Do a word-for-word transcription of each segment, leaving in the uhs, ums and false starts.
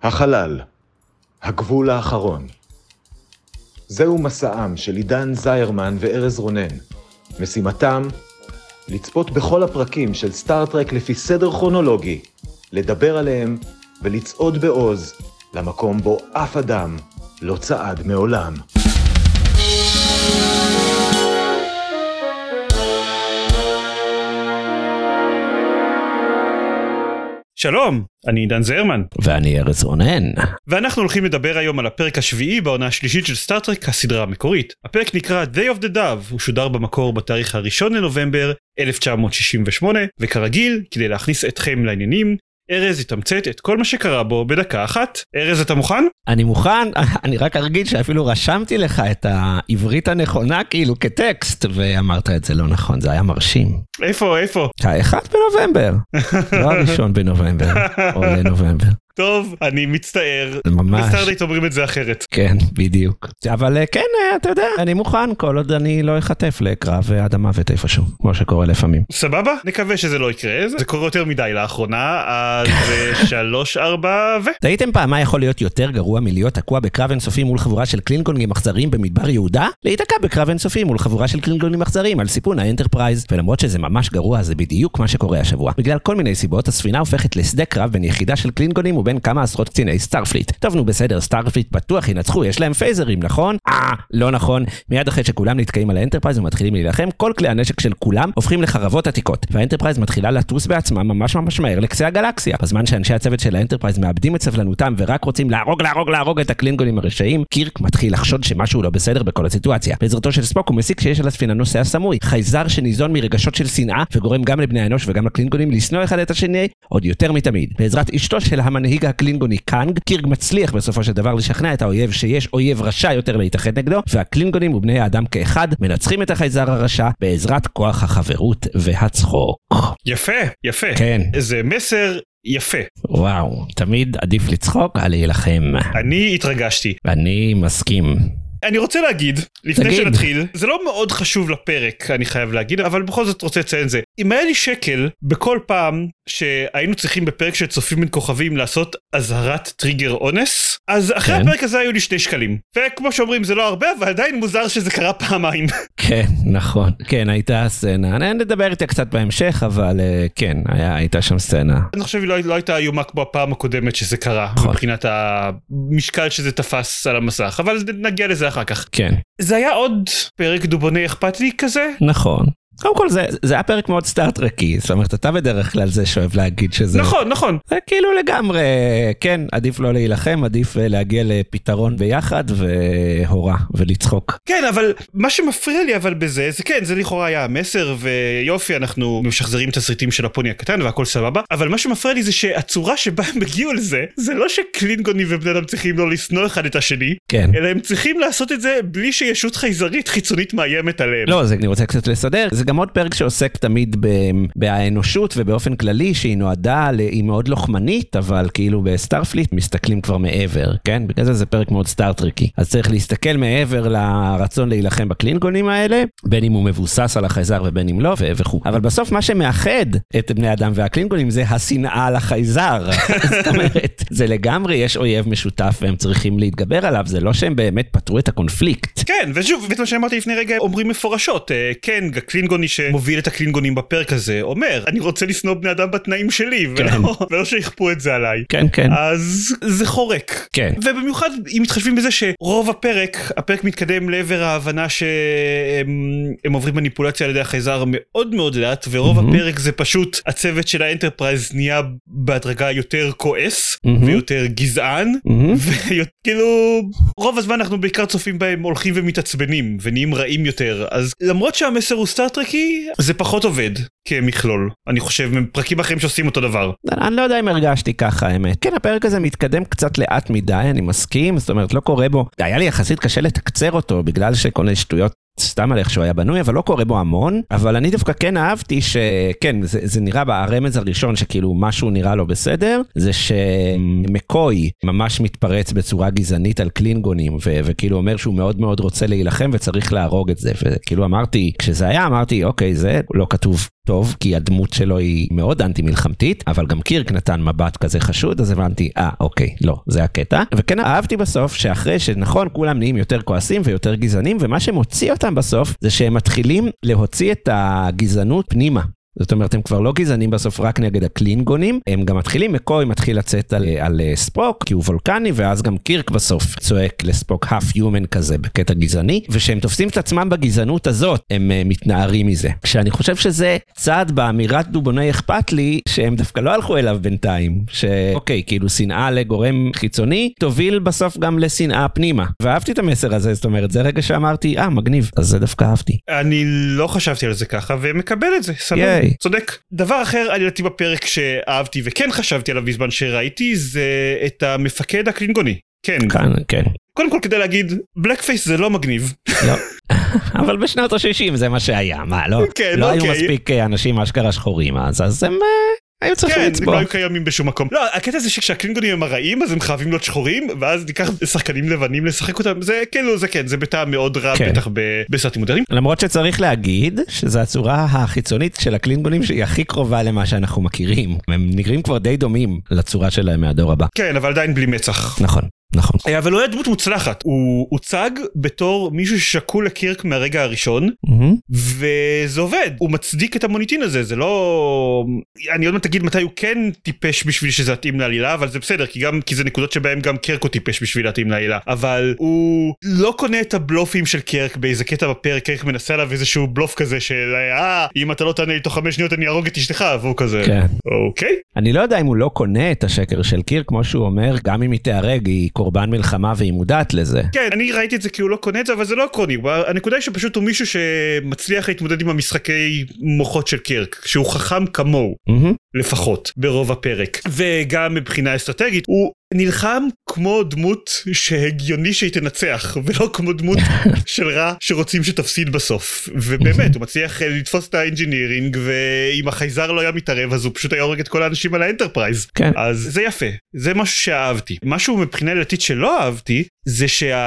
החלל, הגבול האחרון. זהו מסעם של עידן זיירמן וארז רונן. משימתם, לצפות בכל הפרקים של סטארטרק לפי סדר כרונולוגי, לדבר עליהם ולצעוד בעוז למקום בו אף אדם לא צעד מעולם. שלום, אני עידן זיירמן. ואני ארז רונן. ואנחנו הולכים לדבר היום על הפרק השביעי בעונה השלישית של סטארטרק, הסדרה המקורית. הפרק נקרא Day of the Dove, הוא שודר במקור בתאריך הראשון לנובמבר אלף תשע מאות שישים ושמונה, וכרגיל, כדי להכניס אתכם לעניינים, ארז יתמצת את כל מה שקרה בו בדקה אחת. ארז, אתה מוכן? אני מוכן, אני רק ארגיד שאפילו רשמתי לך את העברית הנכונה כאילו כטקסט, ואמרת את זה לא נכון, זה היה מרשים. איפה, איפה? האחד בנובמבר, לא הראשון בנובמבר, או לנובמבר. טוב, אני מצטער. ממש. בסטארדייט אומרים את זה אחרת. כן, בדיוק. אבל כן, אתה יודע, אני מוכן כל עוד אני לא אחטף לקרב אדמה ותפשו, כמו שקורה לפעמים. סבבה? נקווה שזה לא יקרה, זה קורה יותר מדי לאחרונה, אז שלוש, ארבע ו... ראיתם פעם מה יכול להיות יותר גרוע מלהיות תקוע בקרב אינסופי מול חבורה של קלינגונים אכזריים במדבר יהודה? להיתקע בקרב אינסופי מול חבורה של קלינגונים אכזריים על סיפון האנטרפרייז, ולמרות שזה ממש גרוע, זה בדיוק מה שקורה השבוע. בגלל כל מיני סיבות, הספינה הופכת לשדה קרב בין יחידה של קלינגונים ובין כמה עשרות קציני סטארפליט. טוב, נו בסדר, סטארפליט בטוח ינצחו, יש להם פייזרים, נכון? אה, לא נכון. מיד אחרי שכולם נתקעים על האנטרפרייז ומתחילים להילחם, כל כלי הנשק של כולם הופכים לחרבות עתיקות, והאנטרפרייז מתחילה לטוס בעצמה ממש ממש מהר לקצה הגלקסיה. בזמן שאנשי הצוות של האנטרפרייז מאבדים את סבלנותם ורק רוצים להרוג, להרוג, להרוג את הקלינגונים הרשעים, קירק מתחיל לחשוד שמשהו לא בסדר בכל הסיטואציה. בעזרתו של ספוק הוא מסיק שיש על הספינה נוסע סמוי, חייזר שניזון מרגשות של שנאה וגורם גם לבני האנוש וגם לקלינגונים לשנוא אחד את השני עוד יותר מתמיד. בעזרת אשתו של המנהיג הקלינגוני קאנג, קירק מצליח בסופו של דבר לשכנע את האויב שיש אויב רשע יותר להתאחד נגדו, והקלינגונים ובני האדם כאחד מנצחים את החייזר הרשע בעזרת כוח החברות והצחוק. יפה, יפה. כן. זה מסר יפה. וואו, תמיד עדיף לצחוק על להילחם. אני התרגשתי. אני מסכים. אני רוצה להגיד, לפני תגיד. שנתחיל, זה לא מאוד חשוב לפרק, אני חייב להגיד, אבל בכל זאת רוצה לציין זה. אם היה לי שקל, בכל פעם שהיינו צריכים בפרק של צופים בין כוכבים לעשות אזהרת טריגר אונס, אז אחרי כן. הפרק הזה היו לי שני שקלים. וכמו שאומרים, זה לא הרבה, אבל עדיין מוזר שזה קרה פעמיים. כן, נכון. כן, הייתה סצנה. אני נדבר איתה קצת בהמשך, אבל כן, היה, הייתה שם סצנה. אני חושב לא, לא הייתה איומה כמו הפעם הקודמת שזה קרה, נכון. מבחינת המשקל שזה תפס על המסך, אבל נגיע לזה אחר כך. כן. זה היה עוד פרק דובוני אכפת לי כזה? נכון. קודם כל זה, זה היה פרק מאוד סטארטרקי, זאת אומרת, אתה בדרך כלל זה שאוהב להגיד שזה... נכון, נכון. זה כאילו לגמרי, כן, עדיף לא להילחם, עדיף להגיע לפתרון ביחד והורה ולצחוק. כן, אבל מה שמפריע לי אבל בזה, זה כן, זה לכאורה היה המסר, ויופי, אנחנו משחזרים את הסרטים של הפוני הקטן והכל סבבה, אבל מה שמפריע לי זה שהצורה שבה הם הגיעו לזה, זה לא שקלינגונים ובני אדם צריכים לא לסנוע אחד את השני, כן. אלא הם צריכים לעשות את זה בלי שישות חייזרית חיצונית מאיימת עליהם. לא, זה, אני רוצה קצת לסדר, זה גם עוד פרק שעוסק תמיד באנושות ובאופן כללי שהיא נועדה, היא מאוד לוחמנית, אבל כאילו בסטארפליט מסתכלים כבר מעבר, כן? בגלל זה זה פרק מאוד סטארטרקי. אז צריך להסתכל מעבר לרצון להילחם בקלינגונים האלה, בין אם הוא מבוסס על החייזר ובין אם לא, וכו'. אבל בסוף מה שמאחד את בני אדם והקלינגונים זה השנאה לחייזר. זאת אומרת, זה לגמרי יש אויב משותף והם צריכים להתגבר עליו, זה לא שהם באמת פתרו את הקונפליקט. כן, ושוב, ואת מה שאמרתי לפני רגע, אומרים מפורשות, כן, הקלינגוני שמוביל את הקלינגונים בפרק הזה, אומר, אני רוצה לשנוא בני אדם בתנאים שלי, כן. ולא, ולא שיכפו את זה עליי. כן, כן. אז זה חורק. כן. ובמיוחד, אם מתחשבים בזה שרוב הפרק, הפרק מתקדם לעבר ההבנה שהם הם עוברים מניפולציה על ידי החייזר מאוד מאוד לאט, ורוב mm-hmm. הפרק זה פשוט, הצוות של האנטרפרייז נהיה בהדרגה יותר כועס, mm-hmm. ויותר גזען, mm-hmm. וכאילו, רוב הזמן אנחנו בעיקר צופים בהם הולכים ומתעצבנים, ונהיים רעים יותר, אז למרות שהמסר הוא סטארטרקי, זה פחות עובד כמכלול. אני חושב, פרקים אחרים שעושים אותו דבר. אני לא יודע אם הרגשתי ככה, האמת. כן, הפרק הזה מתקדם קצת לאט מדי, אני מסכים, זאת אומרת, לא קורה בו. היה לי יחסית קשה לתקצר אותו, בגלל שכל מיני שטויות סתם על איך שהוא היה בנוי, אבל לא קורה בו המון, אבל אני דווקא כן אהבתי שכן, זה, זה נראה ברמז הראשון שכאילו משהו נראה לו בסדר, זה שמקוי ממש מתפרץ בצורה גזענית על קלינגונים, ו- וכאילו אומר שהוא מאוד מאוד רוצה להילחם וצריך להרוג את זה, וכאילו אמרתי, כשזה היה אמרתי, אוקיי, זה לא כתוב טוב, כי הדמות שלו היא מאוד אנטי מלחמתית, אבל גם קירק נתן מבט כזה חשוד, אז הבנתי, אה, אוקיי, לא, זה הקטע. וכן, אהבתי בסוף שאחרי שנכון, כולם נהיים יותר כועסים ויותר גזענים, ומה שמוציא אותם בסוף, זה שהם מתחילים להוציא את הגזענות פנימה. זאת אומרת, הם כבר לא גזענים בסוף רק נגד הקלינגונים, הם גם מתחילים, מקוי מתחיל לצאת על, על ספוק, כי הוא וולקני, ואז גם קירק בסוף צועק לספוק half human כזה, בקטע גזעני, ושהם תופסים את עצמם בגזענות הזאת, הם uh, מתנערים מזה. כשאני חושב שזה צעד באמירת דובוני אכפת לי, שהם דווקא לא הלכו אליו בינתיים, שאוקיי, כאילו שנאה לגורם חיצוני, תוביל בסוף גם לשנאה פנימה. ואהבתי את המסר הזה, זאת אומרת, זה רגע שאמרתי, אה, מגניב, אז זה דווקא אהבתי. אני לא חשבתי על זה ככה, ומקבל את זה, סבבה. צודק. דבר אחר אני ראיתי בפרק שאהבתי וכן חשבתי עליו בזמן שראיתי, זה את המפקד הקלינגוני. כן. כן, כן. קודם כל כדי להגיד, בלק פייס זה לא מגניב. לא. אבל בשנות ה-שישים זה מה שהיה, מה, לא? כן, לא אוקיי. היו מספיק אנשים אשכרה שחורים, אז אז הם היו צריכים לצבוע. כן, הם לא היו קיימים בשום מקום. לא, הקטע זה שכשהקלינגונים הם הרעים, אז הם חייבים להיות שחורים, ואז ניקח שחקנים לבנים לשחק אותם, זה כאילו, זה כן, זה בטעם מאוד רע, בטח בסרטים מודרניים. למרות שצריך להגיד, שזו הצורה החיצונית של הקלינגונים שהיא הכי קרובה למה שאנחנו מכירים. הם נראים כבר די דומים לצורה שלהם מהדור הבא. כן, אבל עדיין בלי מצח. נכון. נכון. אבל הוא היה דמות מוצלחת, הוא הוצג בתור מישהו ששקול לקירק מהרגע הראשון, וזה עובד, הוא מצדיק את המוניטין הזה, זה לא... אני עוד מעט תגיד מתי הוא כן טיפש בשביל שזה יתאים לעלילה, אבל זה בסדר, כי גם, כי זה נקודות שבהם גם קירק הוא טיפש בשביל להתאים לעלילה, אבל הוא לא קונה את הבלופים של קירק באיזה קטע בפרק, קירק מנסה עליו איזשהו בלוף כזה של, אה, אם אתה לא תענה לי תוך חמש שניות אני ארוג את אשתך, והוא כזה, כן. אוקיי. אני לא יודע אם הוא לא קונה את השקר של קירק, כמו שהוא אומר, גם אם היא תהרג, היא קורבן מלחמה והיא מודעת לזה. כן, אני ראיתי את זה כי הוא לא קונה את זה, אבל זה לא עקרוני. הנקודה היא שפשוט הוא מישהו שמצליח להתמודד עם המשחקי מוחות של קירק, שהוא חכם כמוהו, לפחות, ברוב הפרק. וגם מבחינה אסטרטגית, הוא נלחם כמו דמות שהגיוני שהיא תנצח, ולא כמו דמות של רע שרוצים שתפסיד בסוף. ובאמת, הוא מצליח לתפוס את האנג'ינירינג, ואם החייזר לא היה מתערב, אז הוא פשוט היה הורג את כל האנשים על האנטרפרייז. כן. אז זה יפה. זה משהו שאהבתי. משהו מבחינה לילתית שלא אהבתי, זה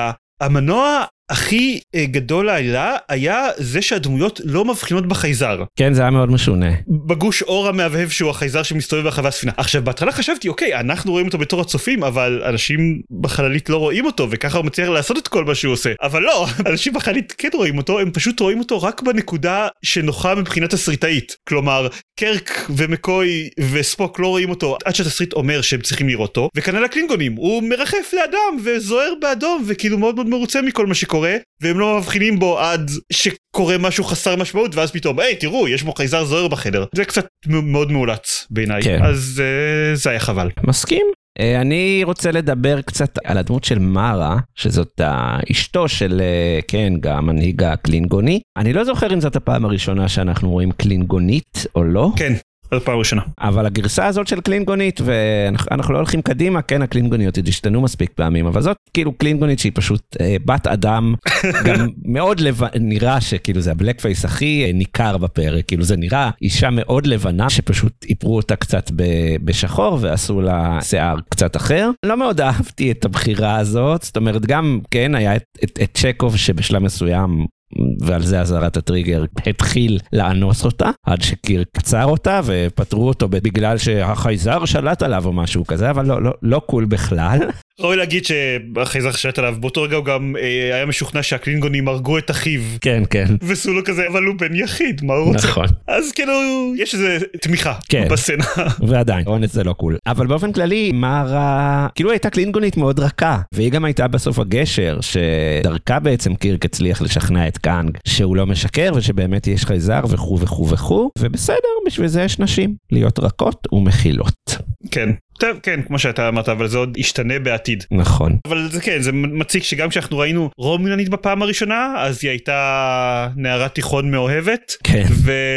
שהמנוע הכי גדול לעלילה היה זה שהדמויות לא מבחינות בחייזר. כן, זה היה מאוד משונה. בגוש אור המהבהב שהוא החייזר שמסתובב ברחבי הספינה. עכשיו, בהתחלה חשבתי, אוקיי, אנחנו רואים אותו בתור הצופים, אבל אנשים בחללית לא רואים אותו, וככה הוא מצליח לעשות את כל מה שהוא עושה. אבל לא, אנשים בחללית כן רואים אותו, הם פשוט רואים אותו רק בנקודה שנוחה מבחינת הסריטאית. כלומר, קרק ומקוי וספוק לא רואים אותו עד שהתסריט אומר שהם צריכים לראות אותו, וכנ"ל הקלינגונים, הוא מרחף לאדם וזוהר באדום, וכאילו מאוד מאוד מרוצה מכל מה שקורה, והם לא מבחינים בו עד שקורה משהו חסר משמעות, ואז פתאום, היי, תראו, יש בו חייזר זוהר בחדר. זה קצת מאוד מאולץ בעיניי, כן. אז uh, זה היה חבל. מסכים? אני רוצה לדבר קצת על הדמות של מארה, שזאת אשתו של, כן, גם מנהיג הקלינגוני. אני לא זוכר אם זאת הפעם הראשונה שאנחנו רואים קלינגונית או לא. כן. זו פעם ראשונה. אבל הגרסה הזאת של קלינגונית, ואנחנו לא הולכים קדימה, כן, הקלינגוניות השתנו מספיק פעמים, אבל זאת כאילו קלינגונית שהיא פשוט אה, בת אדם, גם מאוד לב... נראה שכאילו זה הבלק פייס הכי ניכר בפרק, כאילו זה נראה אישה מאוד לבנה, שפשוט איפרו אותה קצת ב... בשחור, ועשו לה שיער קצת אחר. לא מאוד אהבתי את הבחירה הזאת, זאת אומרת גם, כן, היה את, את, את צ'קוב שבשלב מסוים, ועל זה עזרת הטריגר התחיל לאנוס אותה, עד שקירק קצר אותה ופטרו אותו בגלל שהחייזר שלט עליו או משהו כזה, אבל לא, לא, לא קול בכלל. ראוי להגיד שהחייזר שלט עליו, באותו רגע הוא גם אה, היה משוכנע שהקלינגונים הרגו את אחיו. כן, כן. ועשו לו כזה, אבל הוא בן יחיד, מה הוא רוצה? נכון. אז כאילו, יש איזה תמיכה כן. בסצנה. ועדיין, אונס זה לא קול. אבל באופן כללי, מארה, כאילו הייתה קלינגונית מאוד רכה, והיא גם הייתה בסוף הגשר, שדרכה בעצם קירק הצליח לשכנע את קאנג, שהוא לא משקר, ושבאמת יש חייזר וכו' וכו' וכו', ובסדר, בשביל זה יש נשים, להיות רכות ומכילות. כן. טוב, כן, כמו שאתה אמרת, אבל זה עוד ישתנה בעתיד. נכון. אבל זה כן, זה מציג שגם כשאנחנו ראינו רומולנית בפעם הראשונה, אז היא הייתה נערת תיכון מאוהבת. כן.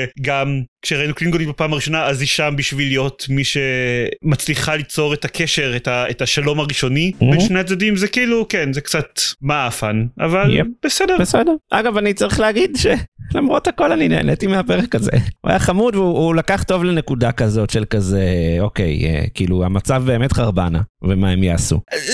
וגם כשראינו קלינגונית בפעם הראשונה, אז היא שם בשביל להיות מי שמצליחה ליצור את הקשר, את, ה, את השלום הראשוני mm-hmm. בין שני הצדדים. זה כאילו, כן, זה קצת מאפן, אבל yep. בסדר. בסדר. אגב, אני צריך להגיד ש... למרות הכל אני נהניתי מהפרק הזה. הוא היה חמוד והוא לקח טוב לנקודה כזאת של כזה, אוקיי, כאילו המצב באמת חרבנה, ומה הם יעשו. זה, זה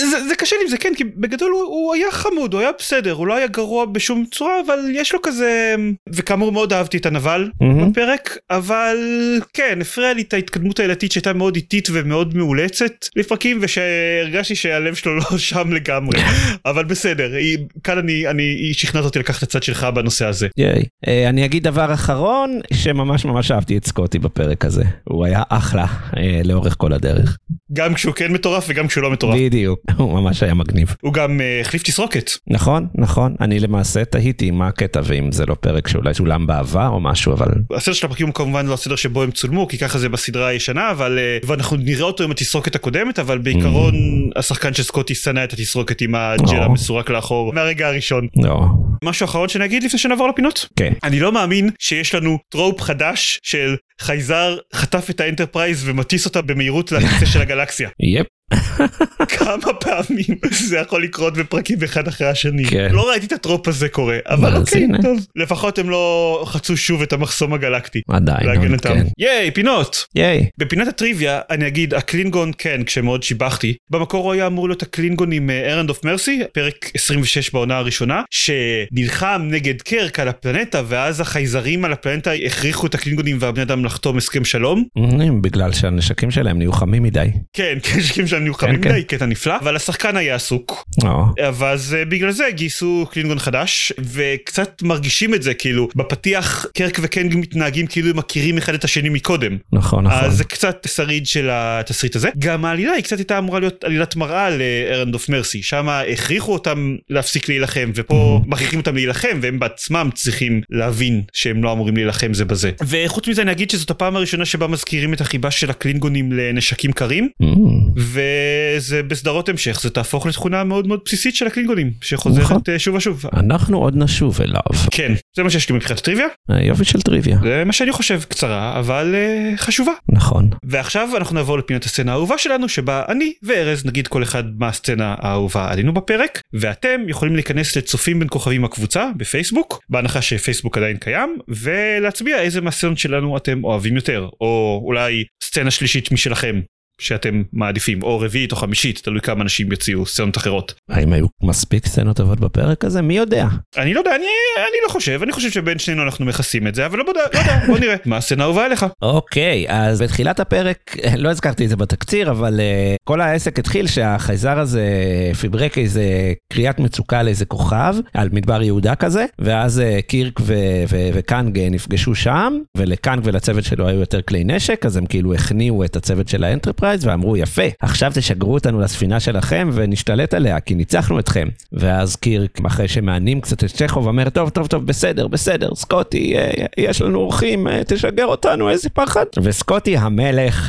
קשה לי עם זה, כן, כי בגדול הוא, הוא היה חמוד, הוא היה בסדר, הוא לא היה גרוע בשום צורה, אבל יש לו כזה, וכאמור מאוד אהבתי את הנבל mm-hmm. בפרק, אבל כן, הפריע לי את ההתקדמות העילתית שהייתה מאוד איטית ומאוד מאולצת לפרקים, ושהרגשתי שהלב שלו לא שם לגמרי, אבל בסדר, כאן אני, אני שכנעת אותי לקחת את הצד שלך בנושא הזה. ייי. אני אגיד דבר אחרון, שממש ממש אהבתי את סקוטי בפרק הזה, הוא היה אחלה לאורך כל הדרך. גם כשהוא כן מטורף וגם כשהוא לא מטורף. בדיוק, הוא ממש היה מגניב. הוא גם החליף תסרוקת. נכון, נכון, אני למעשה תהיתי מה הקטע, ואם זה לא פרק שאולי צולם בעבר או משהו, אבל... הסדר של הפרקים הוא כמובן לא הסדר שבו הם צולמו, כי ככה זה בסדרה הישנה, אבל ואנחנו נראה אותו עם התסרוקת הקודמת, אבל בעיקרון השחקן של סקוטי שנא את התסרוקת עם הג'ל המסורק לאחור מהרגע הראשון. לא. משהו אחרון שנגיד לפני שנעבור לפינות? כן. אני לא מאמין שיש לנו טרופ חדש של חייזר חטף את האנטרפרייז ומטיס אותה במהירות לכיסא של הגלקסיה. יפ. כמה פעמים זה יכול לקרות בפרקים אחד אחרי השני. כן. לא ראיתי את הטרופ הזה קורה, אבל אוקיי, טוב. לפחות הם לא חצו שוב את המחסום הגלקטי. עדיין, כן. ייי, פינות. ייי. בפינת הטריוויה, אני אגיד, הקלינגון, כן, כשמאוד שיבחתי, במקור הוא היה אמור להיות הקלינגון עם ארנד אוף מרסי, פרק עשרים ושש בעונה הראשונה, שנלחם נגד קרק על הפלנטה, ואז החייזרים על הפלנטה הכריחו את הקלינגונים והבני אדם לחתום הסכם שלום. בגלל שהנשקים שלהם נהיו חמים מדי. כן, נשקים שלהם נהיו חמים מדי, קטע נפלא, אבל השחקן היה עסוק. אז בגלל זה גייסו קלינגון חדש, וקצת מרגישים את זה, כאילו, בפתיח קרק וקנג מתנהגים כאילו הם מכירים אחד את השני מקודם. נכון, נכון. אז זה קצת שריד של התסריט הזה. גם העלילה היא קצת הייתה אמורה להיות עלילת מראה לארנד אוף מרסי, שם הכריחו אותם להפסיק להילחם, ופה מכריחים אותם להילחם, והם בעצמם צריכים להבין שהם לא אמורים להילחם זה בזה. וחוץ מזה אני אגיד שזאת הפעם הראשונה שבה מזכירים את החיבה של הקלינגונים לנשקים קרים, וזה בסדרות המשך, זה תהפוך לתכונה מאוד מאוד בסיסית של הקלינגונים, שחוזרת שוב ושוב. אנחנו עוד נשוב אליו. כן, זה מה שיש לי מבחינת טריוויה. יופי של טריוויה. זה מה שאני חושב, קצרה, אבל חשובה. נכון. ועכשיו אנחנו נעבור לפינת הסצנה האהובה שלנו, שבה אני וארז נגיד כל אחד מה הסצנה האהובה עלינו בפרק, ואתם יכולים להיכנס לצופים בין כוכבים הקבוצה בפייסבוק, בהנחה שפייסבוק עדיין קיים, ולהצביע איזה מהסצנות שלנו אתם אוהבים יותר, או אולי סצנה שלישית משלכם. שאתם מעדיפים, או רביעית או חמישית, תלוי כמה אנשים יציעו סצנות אחרות. האם היו מספיק סצנות טובות בפרק הזה? מי יודע? אני לא יודע, אני, אני לא חושב, אני חושב שבין שנינו אנחנו מכסים את זה, אבל לא יודע, לא יודע, בוא נראה. מה הסצנה האהובה עליך? אוקיי, אז בתחילת הפרק, לא הזכרתי את זה בתקציר, אבל uh, כל העסק התחיל שהחייזר הזה פיברק איזה קריאת מצוקה לאיזה כוכב, על מדבר יהודה כזה, ואז uh, קירק ו- ו- וקנג נפגשו שם, ולקנג ולצוות שלו היו יותר כלי נשק, אז הם כאילו הכניעו את הצוות של האנטרפרייז, ואמרו יפה, עכשיו תשגרו אותנו לספינה שלכם ונשתלט עליה, כי ניצחנו אתכם. ואז קירק, אחרי שמענים קצת את צ'כוב, אומר, טוב, טוב, טוב, בסדר, בסדר, סקוטי, יש לנו אורחים, תשגר אותנו, איזה פחד. וסקוטי המלך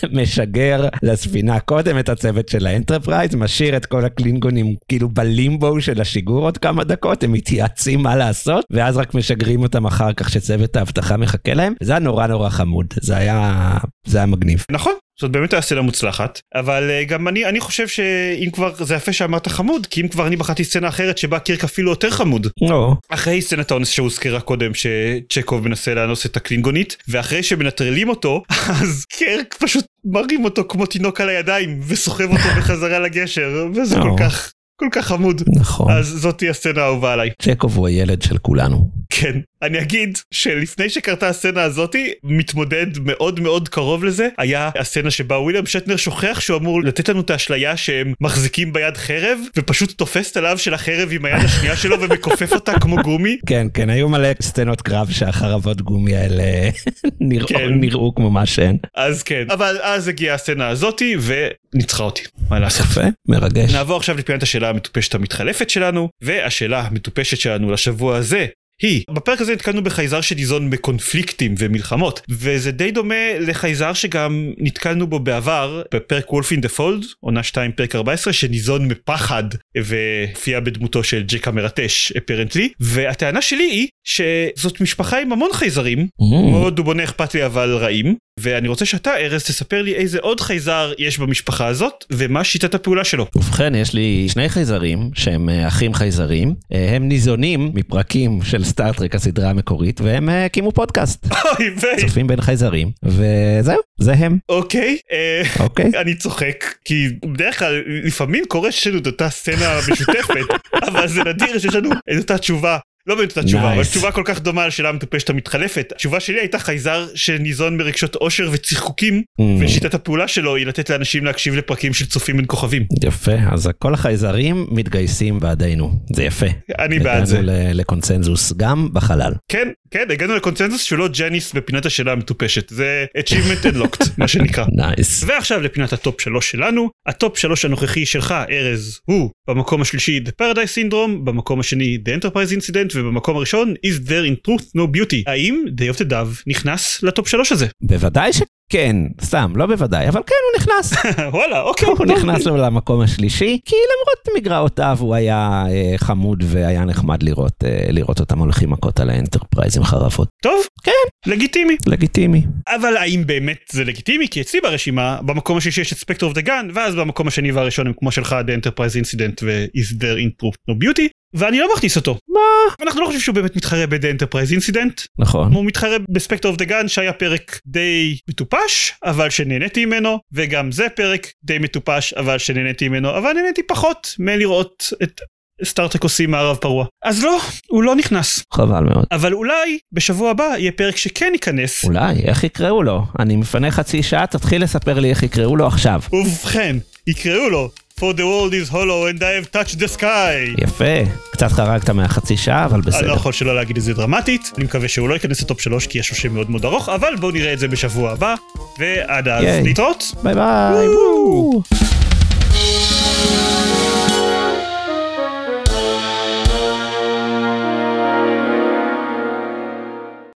משגר לספינה קודם את הצוות של האנטרפרייז, משאיר את כל הקלינגונים כאילו בלימבו של השיגור עוד כמה דקות, הם מתייעצים מה לעשות, ואז רק משגרים אותם אחר כך שצוות האבטחה מחכה להם. זה היה נורא נורא חמוד, זה היה, זה היה מגניב. נכון. זאת באמת הסצנה מוצלחת, אבל גם אני, אני חושב שאם כבר, זה יפה שאמרת חמוד, כי אם כבר אני בחרתי סצנה אחרת שבה קירק אפילו יותר חמוד. לא. אחרי סצנת האונס שהוזכרה קודם, שצ'קוב מנסה לאנוס את הקלינגונית, ואחרי שמנטרלים אותו, אז קירק פשוט מרים אותו כמו תינוק על הידיים, וסוחב אותו בחזרה לגשר, וזה כל כך... כל כך חמוד. נכון. אז זאת תהיה הסצנה האהובה עליי. צ'קוב הוא הילד של כולנו. כן. אני אגיד שלפני שקרתה הסצנה הזאתי, מתמודד מאוד מאוד קרוב לזה, היה הסצנה שבה וויליאם שטנר שוכח שהוא אמור לתת לנו את האשליה שהם מחזיקים ביד חרב, ופשוט תופס את הלב של החרב עם היד השנייה שלו ומכופף אותה כמו גומי. כן, כן, היו מלא סצנות קרב שהחרבות גומי האלה נראו, כן. נראו כמו מה שהן. אז כן, אבל אז הגיעה הסצנה הזאתי וניצחה אותי. מה לעשות? יפה, מרגש. נעבור עכשיו לפינת השאלה המטופשת המתחלפת שלנו, והשאלה המטופשת שלנו לשבוע הזה, היא, בפרק הזה נתקלנו בחייזר שניזון בקונפליקטים ומלחמות, וזה די דומה לחייזר שגם נתקלנו בו בעבר, בפרק וולף אין דה פולד, עונה שתיים פרק ארבע עשרה, שניזון מפחד, והופיע בדמותו של ג'ק המרטש, אפרנטלי, והטענה שלי היא, שזאת משפחה עם המון חייזרים, מאוד דובוני אכפת לי אבל רעים, ואני רוצה שאתה, ארז, תספר לי איזה עוד חייזר יש במשפחה הזאת, ומה שיטת הפעולה שלו. ובכן, יש לי שני חייזרים שהם אחים חייזרים, הם ניזונים מפרקים של סטארטרק הסדרה המקורית, והם הקימו פודקאסט. אוי ויי. צופים בין חייזרים, וזהו, זה הם. אוקיי, אוקיי. אני צוחק, כי בדרך כלל לפעמים קורה שיש לנו את אותה סצנה משותפת, אבל זה נדיר שיש לנו את אותה תשובה. לא באמת אותה תשובה, אבל תשובה כל כך דומה על שאלה המטופשת המתחלפת. התשובה שלי הייתה חייזר שניזון מרגשות אושר וצחקוקים, ושיטת הפעולה שלו היא לתת לאנשים להקשיב לפרקים של צופים בין כוכבים. יפה, אז כל החייזרים מתגייסים בעדינו, זה יפה. אני בעד זה. הגענו לקונצנזוס גם בחלל. כן, כן, הגענו לקונצנזוס שלא ג'ניס בפינת השאלה המטופשת, זה achievement unlocked, מה שנקרא. נייס. ועכשיו לפינת הטופ שלוש שלנו, הטופ שלוש הנוכחי שלך, ארז, הוא במקום השלישי The Paradise Syndrome, במקום השני The Enterprise Incident, ובמקום הראשון Is There in Truth No Beauty. האם Day of the Dove נכנס לטופ שלוש הזה? בוודאי שכן, סתם, לא בוודאי, אבל כן, הוא נכנס. וואלה, אוקיי. הוא נכנס לו למקום השלישי, כי למרות מגרעותיו הוא היה אה, חמוד והיה נחמד לראות, אה, לראות אותם הולכים מכות על האנטרפרייז עם חרבות. טוב, כן. לגיטימי. לגיטימי. אבל האם באמת זה לגיטימי? כי אצלי ברשימה, במקום השלישי יש את Spectre of the Gun, ואז במקום השני והראשון הם כמו שלך, The Enterprise Incident ו-Is There in Truth No Beauty, ואני לא מכניס אותו. מה? אנחנו לא חושבים שהוא באמת מתחרה ב-The Enterprise Incident. נכון. הוא מתחרה ב-Spectre of the Gun, שהיה פרק די מטופש, אבל שנהניתי ממנו, וגם זה פרק די מטופש, אבל שנהניתי ממנו, אבל נהניתי פחות מלראות את סטארטרק עושים מערב פרוע. אז לא, הוא לא נכנס. חבל מאוד. אבל אולי בשבוע הבא יהיה פרק שכן ייכנס. אולי, איך יקראו לו? אני מפנה חצי שעה, תתחיל לספר לי איך יקראו לו עכשיו. ובכן, יקראו לו For the world is hollow and I have touched the sky. יפה, קצת חרגת מהחצי שעה, אבל בסדר. אני לא יכול שלא להגיד את זה דרמטית, אני מקווה שהוא לא ייכנס לטופ שלוש, כי יש לו שם מאוד מאוד ארוך, אבל בואו נראה את זה בשבוע הבא, ועד אז להתראות. ביי ביי.